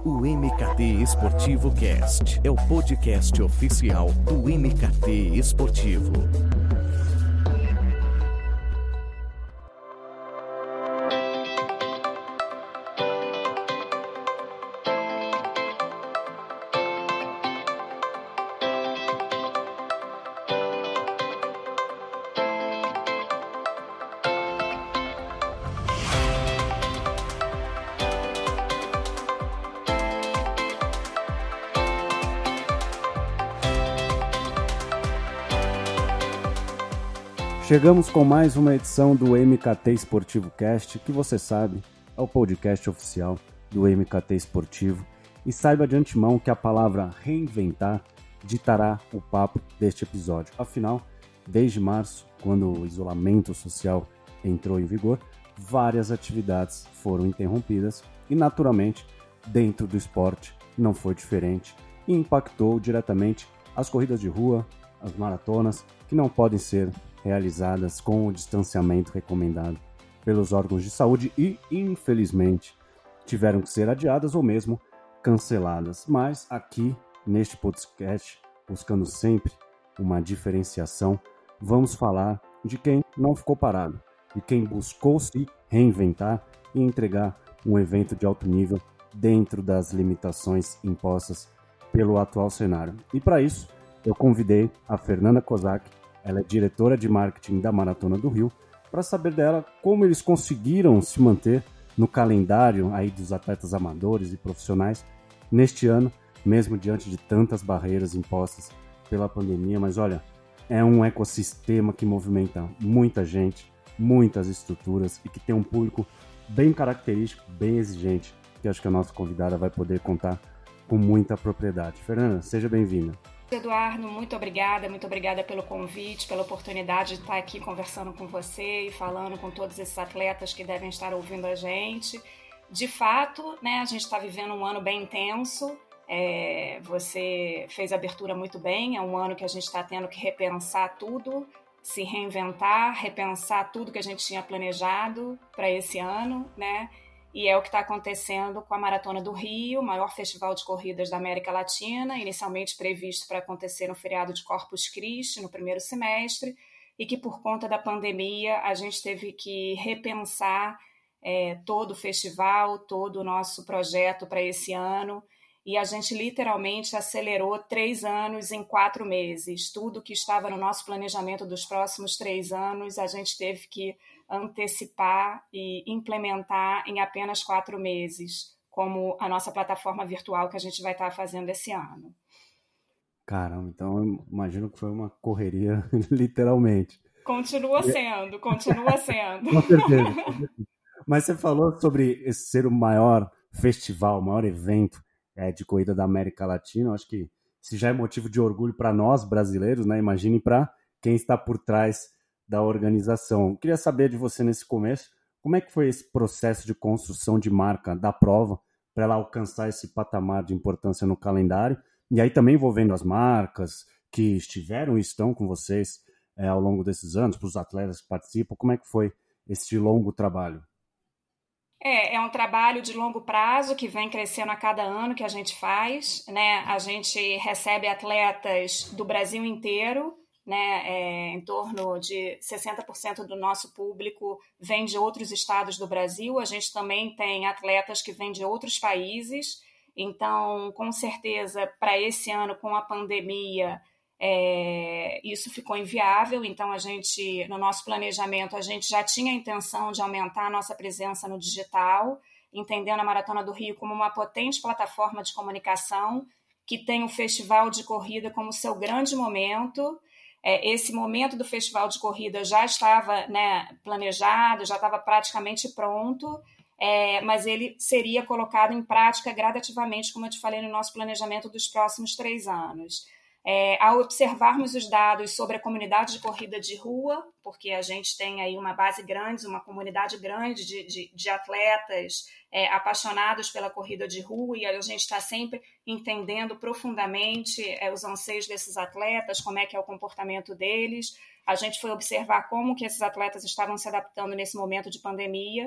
O MKT Esportivo Cast é o podcast oficial do MKT Esportivo. Chegamos com mais uma edição do MKT Esportivo Cast, que você sabe é o podcast oficial do MKT Esportivo. E saiba de antemão que a palavra reinventar ditará o papo deste episódio. Afinal, desde março, quando o isolamento social entrou em vigor, várias atividades foram interrompidas e, naturalmente, dentro do esporte não foi diferente e impactou diretamente as corridas de rua, as maratonas, que não podem ser realizadas com o distanciamento recomendado pelos órgãos de saúde e, infelizmente, tiveram que ser adiadas ou mesmo canceladas. Mas aqui, neste podcast, buscando sempre uma diferenciação, vamos falar de quem não ficou parado, de quem buscou se reinventar e entregar um evento de alto nível dentro das limitações impostas pelo atual cenário. E para isso, eu convidei a Fernanda Kozak. Ela é diretora de marketing da Maratona do Rio, para saber dela como eles conseguiram se manter no calendário aí dos atletas amadores e profissionais neste ano, mesmo diante de tantas barreiras impostas pela pandemia. Mas olha, é um ecossistema que movimenta muita gente, muitas estruturas e que tem um público bem característico, bem exigente, que acho que a nossa convidada vai poder contar com muita propriedade. Fernanda, seja bem-vinda. Eduardo, muito obrigada pelo convite, pela oportunidade de estar aqui conversando com você e falando com todos esses atletas que devem estar ouvindo a gente. De fato, né, a gente está vivendo um ano bem intenso, você fez a abertura muito bem, é um ano que a gente está tendo que repensar tudo, se reinventar, repensar tudo que a gente tinha planejado para esse ano, né? E é o que está acontecendo com a Maratona do Rio, o maior festival de corridas da América Latina, inicialmente previsto para acontecer no feriado de Corpus Christi, no primeiro semestre, e que por conta da pandemia a gente teve que repensar todo o festival, todo o nosso projeto para esse ano, e a gente literalmente acelerou 3 anos em 4 meses. Tudo que estava no nosso planejamento dos próximos 3 anos, a gente teve que antecipar e implementar em apenas 4 meses, como a nossa plataforma virtual que a gente vai estar fazendo esse ano. Caramba, então eu imagino que foi uma correria, literalmente. Continua sendo. Com certeza. Mas você falou sobre esse ser o maior festival, o maior evento de corrida da América Latina. Eu acho que se já é motivo de orgulho para nós brasileiros, né? Imagine para quem está por trás da organização. Eu queria saber de você nesse começo, como é que foi esse processo de construção de marca da prova para ela alcançar esse patamar de importância no calendário, e aí também envolvendo as marcas que estiveram e estão com vocês ao longo desses anos, para os atletas que participam, como é que foi esse longo trabalho? É um trabalho de longo prazo que vem crescendo a cada ano que a gente faz, né? A gente recebe atletas do Brasil inteiro, né, em torno de 60% do nosso público vem de outros estados do Brasil. A gente também tem atletas que vêm de outros países. Então, com certeza, para esse ano, com a pandemia, isso ficou inviável. Então, no nosso planejamento, a gente já tinha a intenção de aumentar a nossa presença no digital, entendendo a Maratona do Rio como uma potente plataforma de comunicação que tem o Festival de Corrida como seu grande momento. Esse momento do Festival de Corrida já estava, né, planejado, já estava praticamente pronto, mas ele seria colocado em prática gradativamente, como eu te falei, no nosso planejamento dos próximos 3 anos. Ao observarmos os dados sobre a comunidade de corrida de rua, porque a gente tem aí uma base grande, uma comunidade grande de atletas apaixonados pela corrida de rua, e a gente está sempre entendendo profundamente os anseios desses atletas, como é que é o comportamento deles. A gente foi observar como que esses atletas estavam se adaptando nesse momento de pandemia,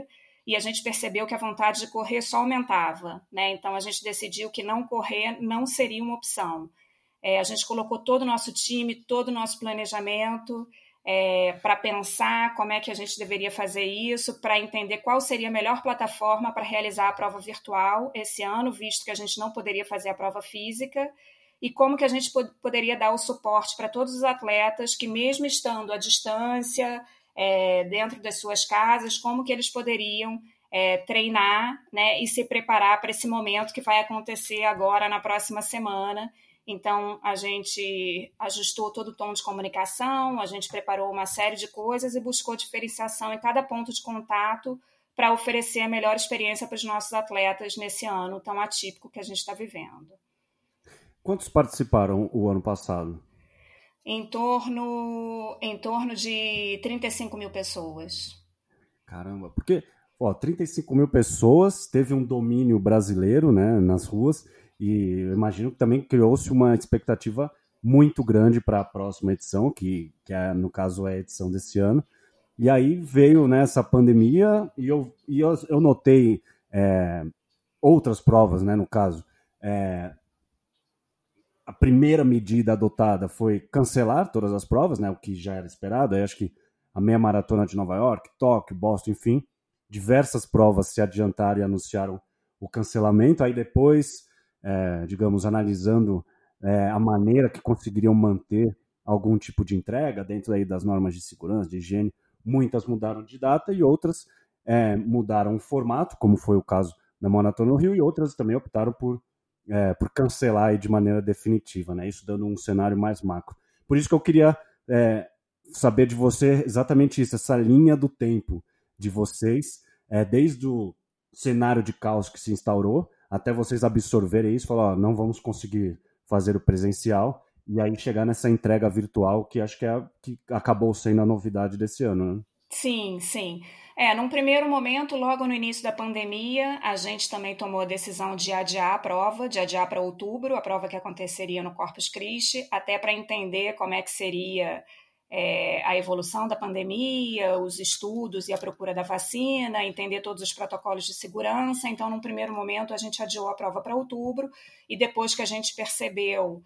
e a gente percebeu que a vontade de correr só aumentava, né? Então a gente decidiu que não correr não seria uma opção. A gente colocou todo o nosso time, todo o nosso planejamento para pensar como é que a gente deveria fazer isso, para entender qual seria a melhor plataforma para realizar a prova virtual esse ano, visto que a gente não poderia fazer a prova física, e como que a gente poderia dar o suporte para todos os atletas que, mesmo estando à distância, dentro das suas casas, como que eles poderiam treinar, né, e se preparar para esse momento que vai acontecer agora na próxima semana. Então, a gente ajustou todo o tom de comunicação, a gente preparou uma série de coisas e buscou diferenciação em cada ponto de contato para oferecer a melhor experiência para os nossos atletas nesse ano tão atípico que a gente está vivendo. Quantos participaram o ano passado? Em torno de 35 mil pessoas. Caramba, porque 35 mil pessoas, teve um domínio brasileiro, né, nas ruas, e eu imagino que também criou-se uma expectativa muito grande para a próxima edição, que no caso é a edição desse ano. E aí veio, né, essa pandemia e eu notei outras provas, né, no caso. A primeira medida adotada foi cancelar todas as provas, né, o que já era esperado. Aí acho que a meia maratona de Nova York, Tóquio, Boston, enfim, diversas provas se adiantaram e anunciaram o cancelamento. Aí depois, digamos, analisando a maneira que conseguiriam manter algum tipo de entrega dentro aí das normas de segurança, de higiene, muitas mudaram de data e outras mudaram o formato, como foi o caso da Maratona no Rio, e outras também optaram por cancelar aí de maneira definitiva, né? Isso dando um cenário mais macro. Por isso que eu queria saber de você exatamente isso, essa linha do tempo de vocês, desde o cenário de caos que se instaurou, até vocês absorverem isso e falar, não vamos conseguir fazer o presencial, e aí chegar nessa entrega virtual, que acho que acabou sendo a novidade desse ano, né? Sim, sim. Num primeiro momento, logo no início da pandemia, a gente também tomou a decisão de adiar a prova, de adiar para outubro, a prova que aconteceria no Corpus Christi, até para entender como é que seria a evolução da pandemia, os estudos e a procura da vacina, entender todos os protocolos de segurança. Então, num primeiro momento, a gente adiou a prova para outubro, e depois que a gente percebeu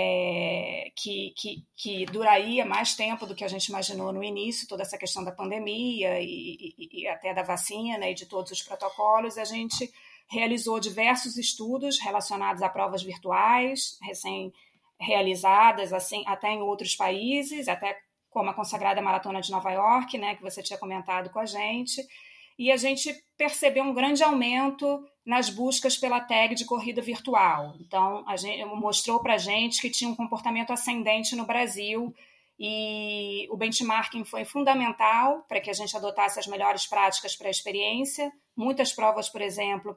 que duraria mais tempo do que a gente imaginou no início, toda essa questão da pandemia e até da vacina e de todos os protocolos, a gente realizou diversos estudos relacionados a provas virtuais, recém-realizadas, assim, até em outros países, até como a consagrada Maratona de Nova York, né, que você tinha comentado com a gente, e a gente percebeu um grande aumento nas buscas pela tag de corrida virtual. Então, mostrou para a gente que tinha um comportamento ascendente no Brasil, e o benchmarking foi fundamental para que a gente adotasse as melhores práticas para a experiência. Muitas provas, por exemplo,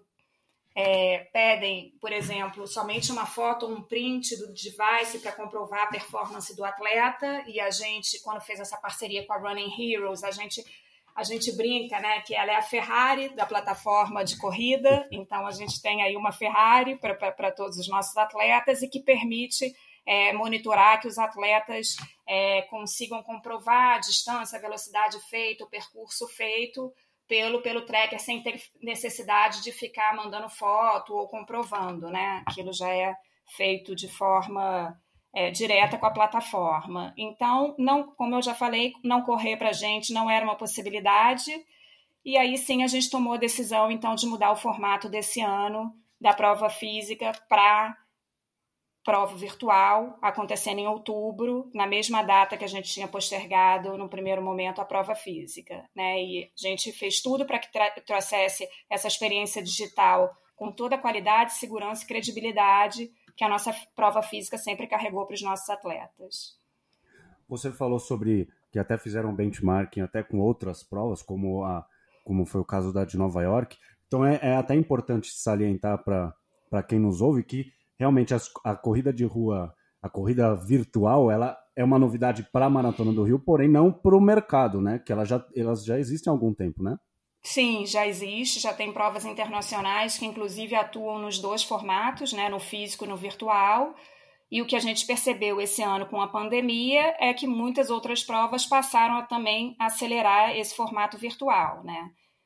pedem, por exemplo, somente uma foto ou um print do device para comprovar a performance do atleta, e a gente, quando fez essa parceria com a Running Heroes, a gente brinca, né, que ela é a Ferrari da plataforma de corrida. Então a gente tem aí uma Ferrari para todos os nossos atletas, e que permite monitorar que os atletas consigam comprovar a distância, a velocidade feita, o percurso feito pelo tracker, sem ter necessidade de ficar mandando foto ou comprovando, né? Aquilo já é feito de forma direta com a plataforma. Então, não, como eu já falei, não correr para a gente não era uma possibilidade, e aí sim a gente tomou a decisão, então, de mudar o formato desse ano da prova física para prova virtual, acontecendo em outubro, na mesma data que a gente tinha postergado no primeiro momento a prova física, né? E a gente fez tudo para que trouxesse essa experiência digital com toda a qualidade, segurança e credibilidade que a nossa prova física sempre carregou para os nossos atletas. Você falou sobre que até fizeram benchmarking até com outras provas, como foi o caso da de Nova York. Então é até importante salientar para quem nos ouve que realmente a corrida de rua, a corrida virtual, ela é uma novidade para a Maratona do Rio, porém não para o mercado, né? Que elas já existem há algum tempo, né? Sim, já existe, já tem provas internacionais que inclusive atuam nos dois formatos, né? No físico e no virtual. E o que a gente percebeu esse ano com a pandemia é que muitas outras provas passaram a também acelerar esse formato virtual, né?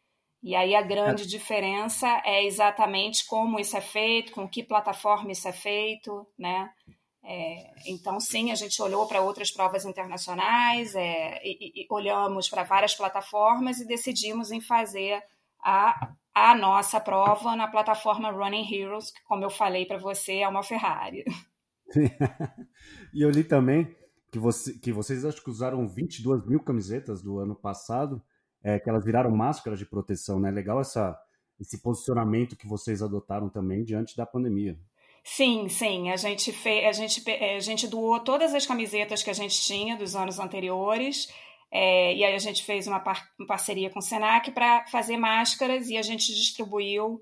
E aí a grande diferença é exatamente como isso é feito, com que plataforma isso é feito, né? Então, sim, a gente olhou para outras provas internacionais, e olhamos para várias plataformas e decidimos em fazer a nossa prova na plataforma Running Heroes, que, como eu falei para você, é uma Ferrari. E eu li também que vocês acho que usaram 22 mil camisetas do ano passado, que elas viraram máscaras de proteção, né? Legal esse posicionamento que vocês adotaram também diante da pandemia. Sim, sim, a gente doou todas as camisetas que a gente tinha dos anos anteriores, e aí a gente fez uma parceria com o Senac para fazer máscaras e a gente distribuiu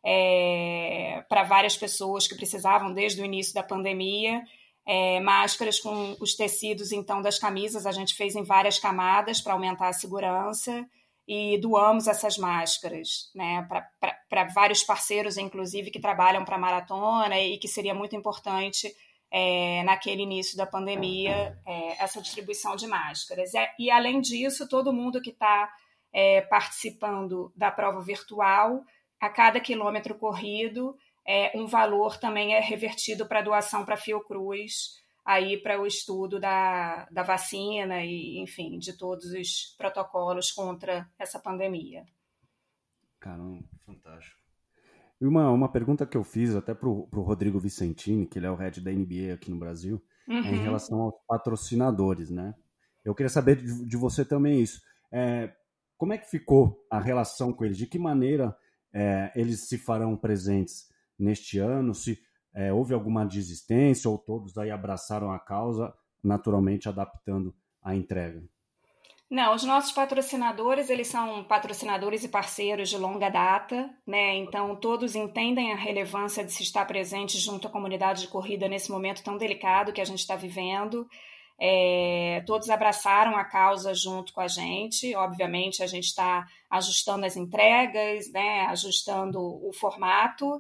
para várias pessoas que precisavam desde o início da pandemia, máscaras com os tecidos então das camisas, a gente fez em várias camadas para aumentar a segurança e doamos essas máscaras, né, para vários parceiros, inclusive, que trabalham para a maratona e que seria muito importante naquele início da pandemia essa distribuição de máscaras. E, além disso, todo mundo que está participando da prova virtual, a cada quilômetro corrido, um valor também é revertido para doação para a Fiocruz, aí para o estudo da vacina e, enfim, de todos os protocolos contra essa pandemia. Caramba, fantástico. E uma pergunta que eu fiz até pro Rodrigo Vicentini, que ele é o head da NBA aqui no Brasil, em relação aos patrocinadores, né? Eu queria saber de você também isso. Como é que ficou a relação com eles? De que maneira eles se farão presentes neste ano? Se houve alguma desistência ou todos aí abraçaram a causa, naturalmente adaptando a entrega? Não, os nossos patrocinadores, eles são patrocinadores e parceiros de longa data, né? Então, todos entendem a relevância de se estar presente junto à comunidade de corrida nesse momento tão delicado que a gente está vivendo. Todos abraçaram a causa junto com a gente. Obviamente, a gente está ajustando as entregas, né? Ajustando o formato.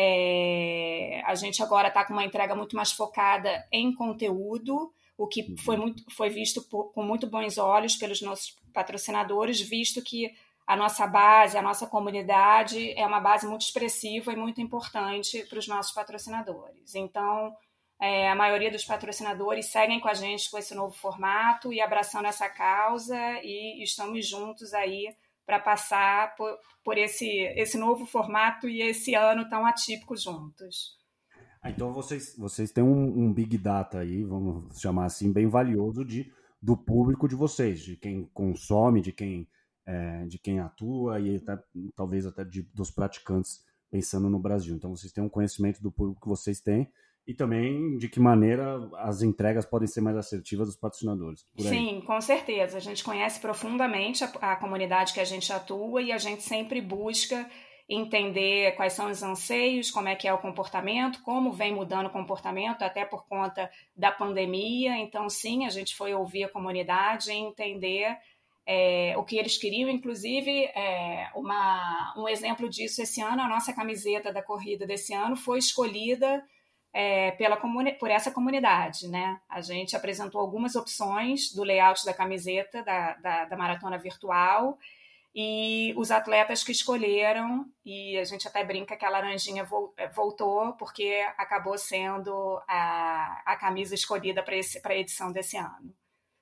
A gente agora está com uma entrega muito mais focada em conteúdo, o que foi visto com muito bons olhos pelos nossos patrocinadores, visto que a nossa base, a nossa comunidade é uma base muito expressiva e muito importante para os nossos patrocinadores. Então, a maioria dos patrocinadores seguem com a gente com esse novo formato e abraçando essa causa, e estamos juntos aí para passar por esse novo formato e esse ano tão atípico juntos. Então vocês têm um big data aí, vamos chamar assim, bem valioso do público de vocês, de quem consome, de quem atua e talvez até dos praticantes pensando no Brasil. Então vocês têm um conhecimento do público que vocês têm e também de que maneira as entregas podem ser mais assertivas dos patrocinadores. Sim, com certeza. A gente conhece profundamente a comunidade que a gente atua e a gente sempre busca entender quais são os anseios, como é que é o comportamento, como vem mudando o comportamento, até por conta da pandemia. Então, sim, a gente foi ouvir a comunidade e entender o que eles queriam. Inclusive, um exemplo disso esse ano, a nossa camiseta da corrida desse ano foi escolhida por essa comunidade, né? A gente apresentou algumas opções do layout da camiseta da maratona virtual, e os atletas que escolheram, e a gente até brinca que a laranjinha voltou porque acabou sendo a camisa escolhida para a edição desse ano.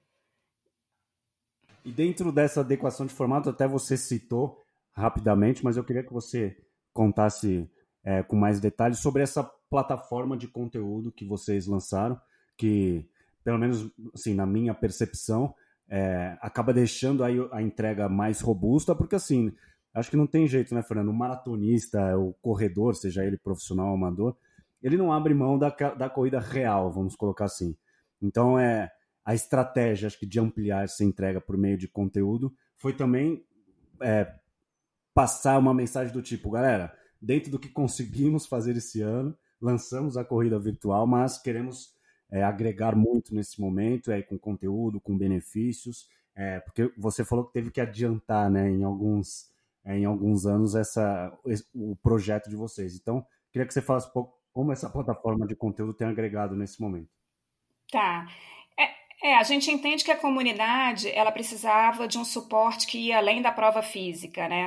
E dentro dessa adequação de formato, até você citou rapidamente, mas eu queria que você contasse com mais detalhes sobre essa plataforma de conteúdo que vocês lançaram, que, pelo menos assim, na minha percepção, acaba deixando aí a entrega mais robusta, porque assim, acho que não tem jeito, né, Fernando? O maratonista, o corredor, seja ele profissional ou amador, ele não abre mão da corrida real, vamos colocar assim. Então, a estratégia, acho que, de ampliar essa entrega por meio de conteúdo foi também passar uma mensagem do tipo, galera, dentro do que conseguimos fazer esse ano, lançamos a corrida virtual, mas queremos agregar muito nesse momento, com conteúdo, com benefícios, porque você falou que teve que adiantar, né, em alguns anos o projeto de vocês. Então, queria que você falasse um pouco como essa plataforma de conteúdo tem agregado nesse momento. Tá. A gente entende que a comunidade ela precisava de um suporte que ia além da prova física, né?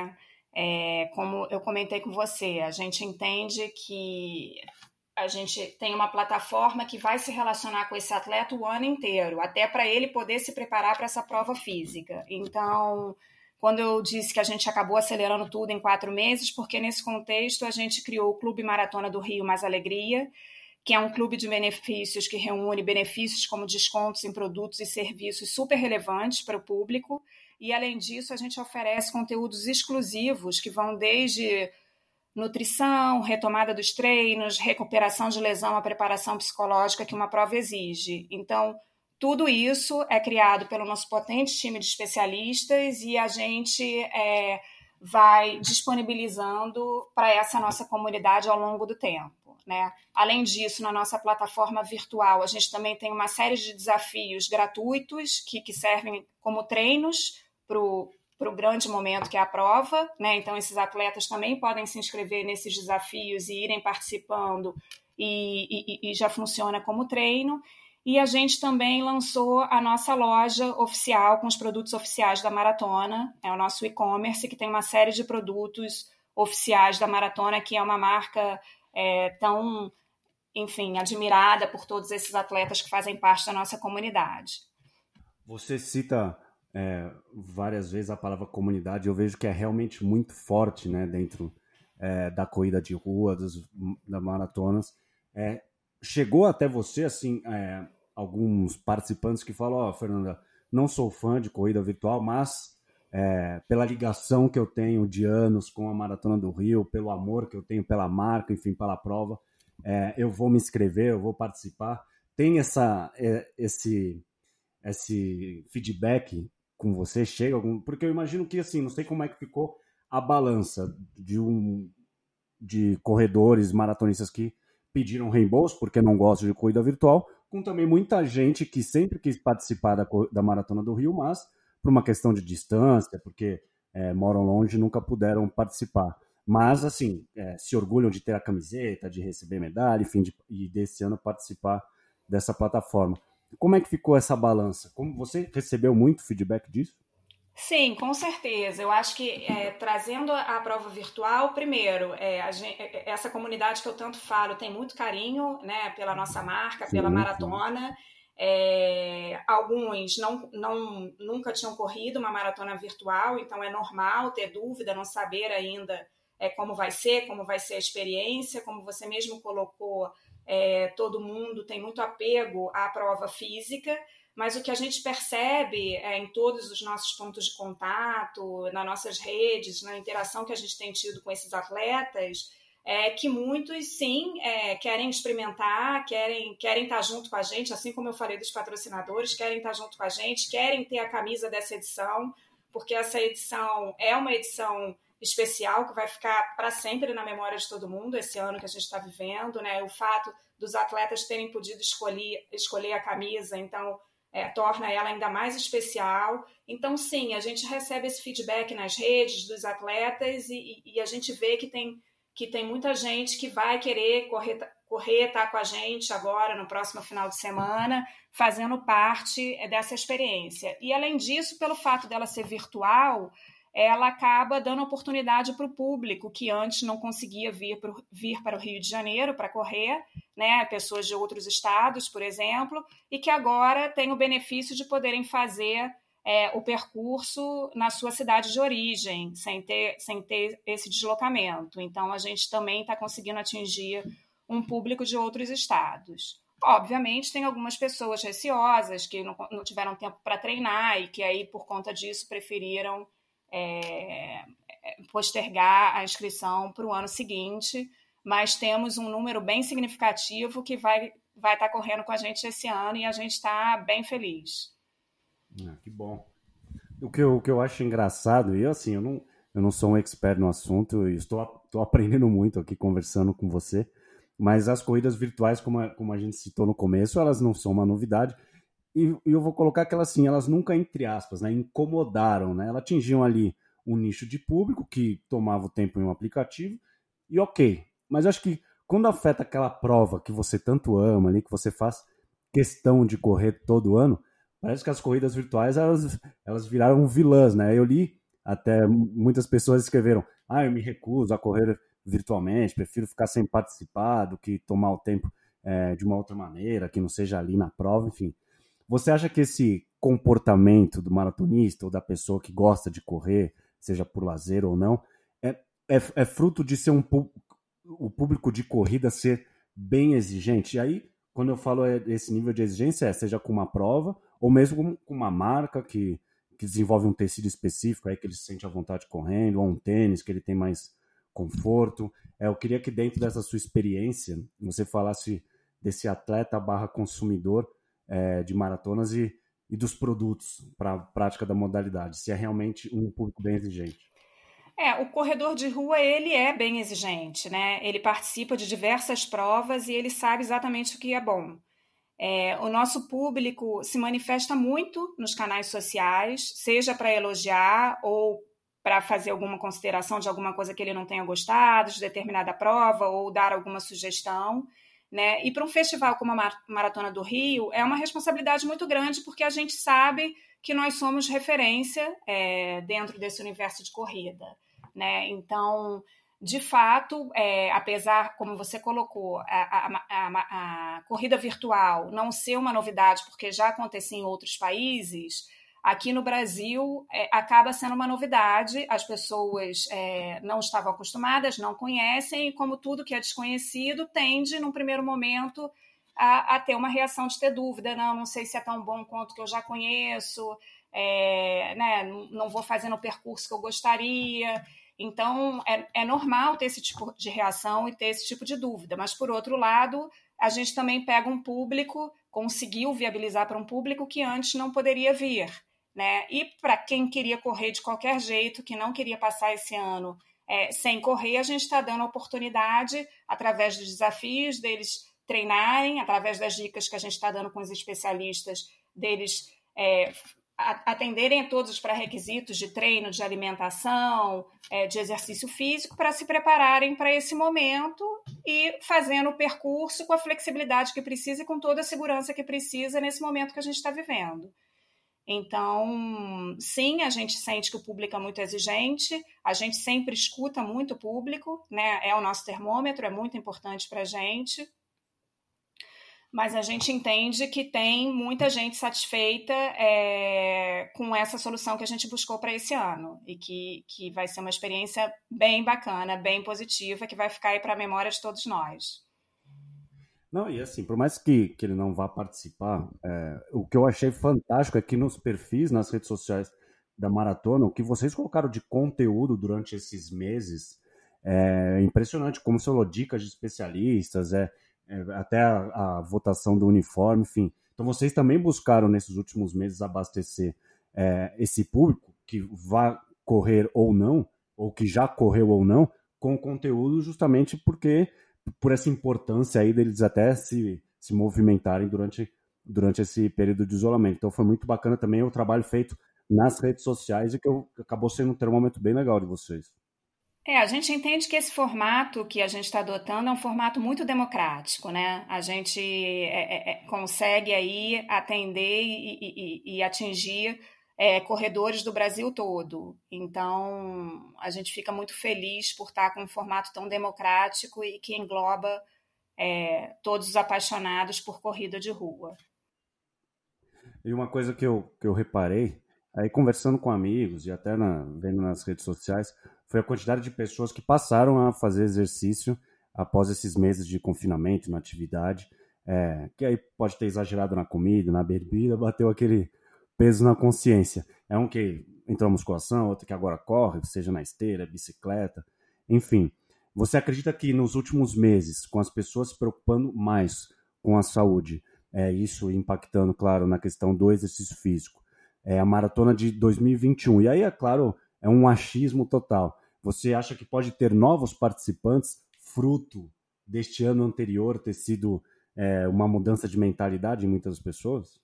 Como eu comentei com você, a gente entende que a gente tem uma plataforma que vai se relacionar com esse atleta o ano inteiro, até para ele poder se preparar para essa prova física. Então, quando eu disse que a gente acabou acelerando tudo em 4 meses, porque nesse contexto a gente criou o Clube Maratona do Rio Mais Alegria, que é um clube de benefícios que reúne benefícios como descontos em produtos e serviços super relevantes para o público. E, além disso, a gente oferece conteúdos exclusivos que vão desde nutrição, retomada dos treinos, recuperação de lesão, a preparação psicológica que uma prova exige. Então, tudo isso é criado pelo nosso potente time de especialistas e a gente vai disponibilizando para essa nossa comunidade ao longo do tempo, né? Além disso, na nossa plataforma virtual, a gente também tem uma série de desafios gratuitos que servem como treinos para o grande momento que é a prova, né? Então, esses atletas também podem se inscrever nesses desafios e irem participando e já funciona como treino. E a gente também lançou a nossa loja oficial com os produtos oficiais da maratona, é o nosso e-commerce, que tem uma série de produtos oficiais da maratona, que é uma marca tão, enfim, admirada por todos esses atletas que fazem parte da nossa comunidade. Você cita várias vezes a palavra comunidade, eu vejo que é realmente muito forte, né, dentro da corrida de rua, das maratonas. Chegou até você, assim, alguns participantes que falam, Fernanda, não sou fã de corrida virtual, mas pela ligação que eu tenho de anos com a Maratona do Rio, pelo amor que eu tenho pela marca, enfim, pela prova, eu vou me inscrever, eu vou participar. Tem esse feedback com você? Chega algum... Porque eu imagino que, assim, não sei como é que ficou a balança de corredores, maratonistas que pediram reembolso porque não gostam de corrida virtual, com também muita gente que sempre quis participar da Maratona do Rio, mas por uma questão de distância, porque moram longe e nunca puderam participar. Mas, assim, se orgulham de ter a camiseta, de receber medalha, enfim, e desse ano participar dessa plataforma. Como é que ficou essa balança? Como você recebeu muito feedback disso? Sim, com certeza. Eu acho que trazendo a prova virtual, primeiro, essa comunidade que eu tanto falo tem muito carinho, né, pela nossa marca, pela maratona. Alguns nunca tinham corrido uma maratona virtual, então é normal ter dúvida, não saber ainda como vai ser a experiência. Como você mesmo colocou, todo mundo tem muito apego à prova física. Mas o que a gente percebe em todos os nossos pontos de contato, nas nossas redes, na interação que a gente tem tido com esses atletas, é que muitos, sim, querem experimentar, querem estar junto com a gente, assim como eu falei dos patrocinadores, querem estar junto com a gente, querem ter a camisa dessa edição, porque essa edição é uma edição especial que vai ficar para sempre na memória de todo mundo, esse ano que a gente está vivendo, né? O fato dos atletas terem podido escolher a camisa, então... torna ela ainda mais especial. Então, sim, a gente recebe esse feedback nas redes dos atletas e a gente vê que tem muita gente que vai querer correr, tá com a gente agora, no próximo final de semana, fazendo parte dessa experiência. E, além disso, pelo fato dela ser virtual, ela acaba dando oportunidade para o público que antes não conseguia vir para o Rio de Janeiro para correr, né? Pessoas de outros estados, por exemplo, e que agora têm o benefício de poderem fazer o percurso na sua cidade de origem, sem ter esse deslocamento. Então, a gente também está conseguindo atingir um público de outros estados. Obviamente, tem algumas pessoas receosas que não tiveram tempo para treinar e que aí, por conta disso, preferiram postergar a inscrição para o ano seguinte, mas temos um número bem significativo que vai estar correndo com a gente esse ano e a gente está bem feliz. Que bom. O que eu acho engraçado, e assim, eu não sou um expert no assunto e estou aprendendo muito aqui conversando com você, mas as corridas virtuais, como a gente citou no começo, elas não são uma novidade. E eu vou colocar que elas nunca, entre aspas, né, incomodaram, né? Elas atingiam ali um nicho de público que tomava o tempo em um aplicativo e ok. Mas eu acho que quando afeta aquela prova que você tanto ama ali, que você faz questão de correr todo ano, parece que as corridas virtuais elas viraram vilãs, né? Eu li, até muitas pessoas escreveram, eu me recuso a correr virtualmente, prefiro ficar sem participar do que tomar o tempo de uma outra maneira, que não seja ali na prova, enfim. Você acha que esse comportamento do maratonista ou da pessoa que gosta de correr, seja por lazer ou não, é fruto de ser o público de corrida ser bem exigente? E aí, quando eu falo esse nível de exigência, seja com uma prova ou mesmo com uma marca que desenvolve um tecido específico, aí que ele se sente à vontade correndo, ou um tênis que ele tem mais conforto. Eu queria que dentro dessa sua experiência, você falasse desse atleta / consumidor de maratonas e dos produtos para a prática da modalidade, se é realmente um público bem exigente. O corredor de rua, ele é bem exigente, né? Ele participa de diversas provas e ele sabe exatamente o que é bom. O nosso público se manifesta muito nos canais sociais, seja para elogiar ou para fazer alguma consideração de alguma coisa que ele não tenha gostado, de determinada prova, ou dar alguma sugestão, né? E para um festival como a Maratona do Rio, é uma responsabilidade muito grande, porque a gente sabe que nós somos referência dentro desse universo de corrida, né? Então, de fato, apesar, como você colocou, a corrida virtual não ser uma novidade, porque já acontecia em outros países, aqui no Brasil acaba sendo uma novidade, as pessoas não estavam acostumadas, não conhecem, e como tudo que é desconhecido, tende, num primeiro momento, a ter uma reação de ter dúvida, não sei se é tão bom quanto que eu já conheço, né, não vou fazer no percurso que eu gostaria. Então, é normal ter esse tipo de reação e ter esse tipo de dúvida, mas, por outro lado, a gente também pega um público, conseguiu viabilizar para um público que antes não poderia vir, né? E para quem queria correr de qualquer jeito, que não queria passar esse ano sem correr, a gente está dando a oportunidade, através dos desafios, deles treinarem, através das dicas que a gente está dando com os especialistas, deles atenderem a todos os pré-requisitos de treino, de alimentação, de exercício físico, para se prepararem para esse momento e fazendo o percurso com a flexibilidade que precisa e com toda a segurança que precisa nesse momento que a gente está vivendo. Então, sim, a gente sente que o público é muito exigente, a gente sempre escuta muito o público, né? É o nosso termômetro, é muito importante para a gente. Mas a gente entende que tem muita gente satisfeita com essa solução que a gente buscou para esse ano e que vai ser uma experiência bem bacana, bem positiva, que vai ficar aí para a memória de todos nós. Não, e assim, por mais que ele não vá participar, o que eu achei fantástico é que nos perfis, nas redes sociais da Maratona, o que vocês colocaram de conteúdo durante esses meses é impressionante, como você falou, dicas de especialistas, até a votação do uniforme, enfim. Então vocês também buscaram nesses últimos meses abastecer esse público que vai correr ou não, ou que já correu ou não, com conteúdo justamente por essa importância aí deles até se movimentarem durante esse período de isolamento. Então foi muito bacana também o trabalho feito nas redes sociais e que acabou sendo um termômetro bem legal de vocês. A gente entende que esse formato que a gente está adotando é um formato muito democrático, né? A gente consegue aí atender e atingir corredores do Brasil todo. Então, a gente fica muito feliz por estar com um formato tão democrático e que engloba todos os apaixonados por corrida de rua. E uma coisa que eu reparei, aí conversando com amigos e até vendo nas redes sociais, foi a quantidade de pessoas que passaram a fazer exercício após esses meses de confinamento, na atividade, que aí pode ter exagerado na comida, na bebida, bateu aquele peso na consciência. É um que entrou na musculação, outro que agora corre, seja na esteira, bicicleta, enfim. Você acredita que nos últimos meses, com as pessoas se preocupando mais com a saúde, isso impactando, claro, na questão do exercício físico, a maratona de 2021, e aí, é claro, é um achismo total. Você acha que pode ter novos participantes fruto deste ano anterior ter sido uma mudança de mentalidade em muitas pessoas?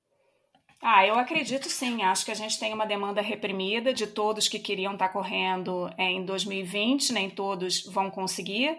Eu acredito sim. Acho que a gente tem uma demanda reprimida de todos que queriam estar correndo em 2020, nem todos vão conseguir,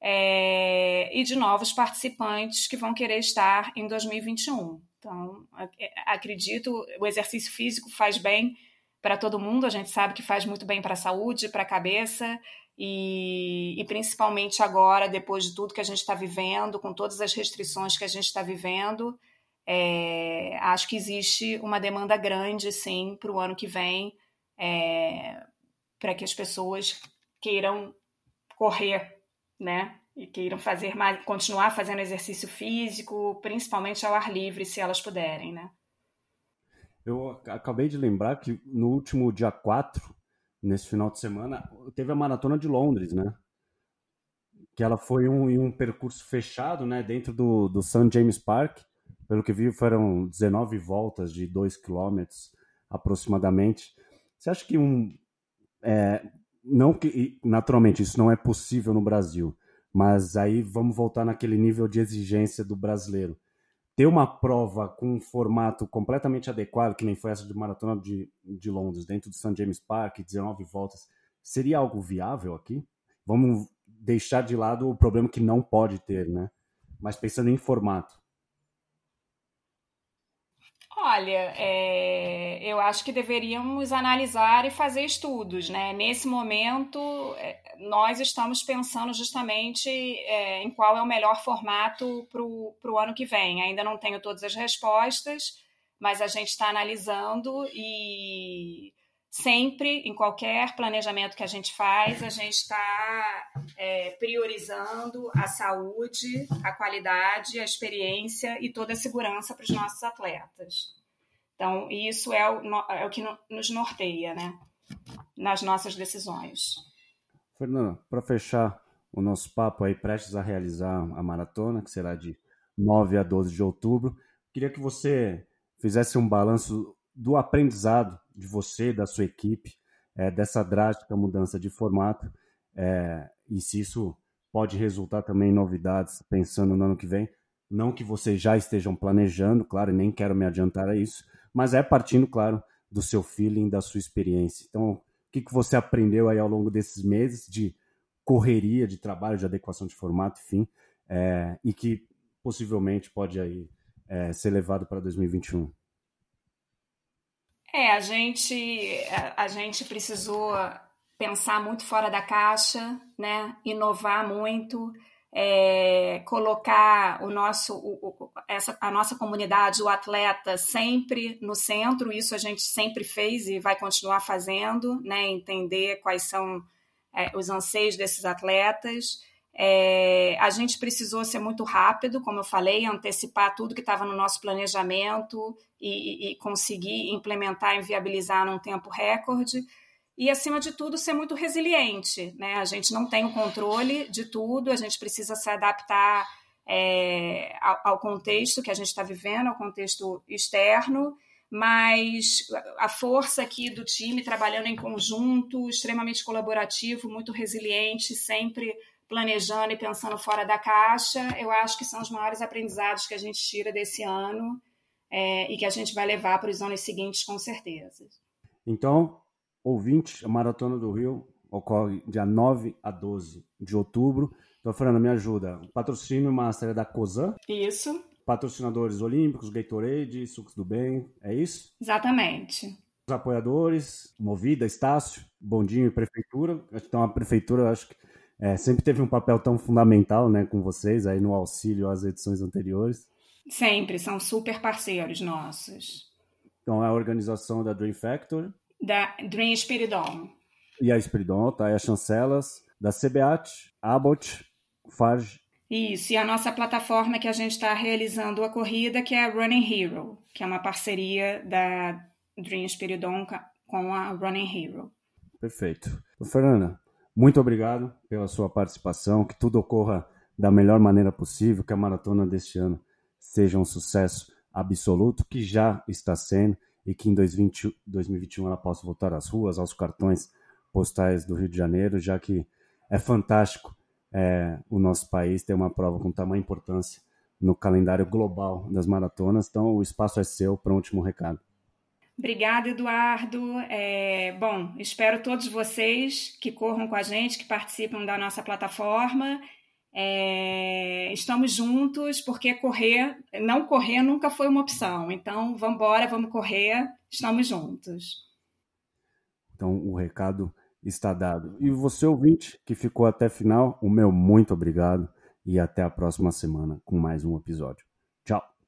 e de novos participantes que vão querer estar em 2021. Então, acredito, o exercício físico faz bem para todo mundo, a gente sabe que faz muito bem para a saúde, para a cabeça, e principalmente agora, depois de tudo que a gente está vivendo, com todas as restrições que a gente está vivendo, acho que existe uma demanda grande, sim, para o ano que vem, para que as pessoas queiram correr, né? E queiram fazer mais, continuar fazendo exercício físico, principalmente ao ar livre, se elas puderem, né? Eu acabei de lembrar que no último dia 4, nesse final de semana, teve a Maratona de Londres, né? Que ela foi em um percurso fechado, né? Dentro do St. James Park. Pelo que vi, foram 19 voltas de 2 quilômetros aproximadamente. Você acha que não que naturalmente isso não é possível no Brasil, mas aí vamos voltar naquele nível de exigência do brasileiro. Ter uma prova com um formato completamente adequado, que nem foi essa de Maratona de Londres, dentro do St. James Park, 19 voltas, seria algo viável aqui? Vamos deixar de lado o problema que não pode ter, né? Mas pensando em formato. Olha, eu acho que deveríamos analisar e fazer estudos, né? Nesse momento, nós estamos pensando justamente em qual é o melhor formato para o ano que vem. Ainda não tenho todas as respostas, mas a gente está analisando e sempre, em qualquer planejamento que a gente faz, a gente está priorizando a saúde, a qualidade, a experiência e toda a segurança para os nossos atletas. Então, isso é o que nos norteia, né? Nas nossas decisões. Fernanda, para fechar o nosso papo aí, prestes a realizar a maratona, que será de 9 a 12 de outubro, queria que você fizesse um balanço do aprendizado de você, da sua equipe, dessa drástica mudança de formato, e se isso pode resultar também em novidades, pensando no ano que vem. Não que vocês já estejam planejando, claro, e nem quero me adiantar a isso, mas partindo, claro, do seu feeling, da sua experiência. Então, o que você aprendeu aí ao longo desses meses de correria, de trabalho, de adequação de formato, enfim, e que possivelmente pode aí ser levado para 2021? A gente precisou pensar muito fora da caixa, né? Inovar muito, colocar a nossa comunidade, o atleta, sempre no centro. Isso a gente sempre fez e vai continuar fazendo, né? Entender quais são os anseios desses atletas. A gente precisou ser muito rápido, como eu falei, antecipar tudo que estava no nosso planejamento e conseguir implementar e viabilizar num tempo recorde. E, acima de tudo, ser muito resiliente, né? A gente não tem o controle de tudo, a gente precisa se adaptar ao contexto que a gente está vivendo, ao contexto externo, mas a força aqui do time trabalhando em conjunto, extremamente colaborativo, muito resiliente, sempre planejando e pensando fora da caixa, eu acho que são os maiores aprendizados que a gente tira desse ano e que a gente vai levar para os anos seguintes, com certeza. Então, ouvinte, a Maratona do Rio ocorre dia 9 a 12 de outubro. Então, Fernanda, me ajuda. O patrocínio master é da Cosan? Isso. Patrocinadores olímpicos, Gatorade, Sucos do Bem, é isso? Exatamente. Os apoiadores, Movida, Estácio, Bondinho e Prefeitura. Então, a Prefeitura, eu acho que sempre teve um papel tão fundamental, né, com vocês aí no auxílio às edições anteriores. Sempre, são super parceiros nossos. Então, é a organização da Dream Factory. Da Dream Spiridon. E a Spiridon, tá? E as chancelas da CBAT, Abbott, Farge. Isso, e a nossa plataforma que a gente está realizando a corrida, que é a Running Hero, que é uma parceria da Dream Spiridon com a Running Hero. Perfeito. Fernanda, muito obrigado pela sua participação, que tudo ocorra da melhor maneira possível, que a maratona deste ano seja um sucesso absoluto, que já está sendo, e que em 2021 ela possa voltar às ruas, aos cartões postais do Rio de Janeiro, já que é fantástico o nosso país ter uma prova com tamanha importância no calendário global das maratonas. Então, o espaço é seu para um último recado. Obrigada, Eduardo. Bom, espero todos vocês que corram com a gente, que participam da nossa plataforma. Estamos juntos, porque não correr nunca foi uma opção. Então, vamos embora, vamos correr, estamos juntos. Então o recado está dado. E você, ouvinte, que ficou até o final, o meu muito obrigado e até a próxima semana com mais um episódio. Tchau!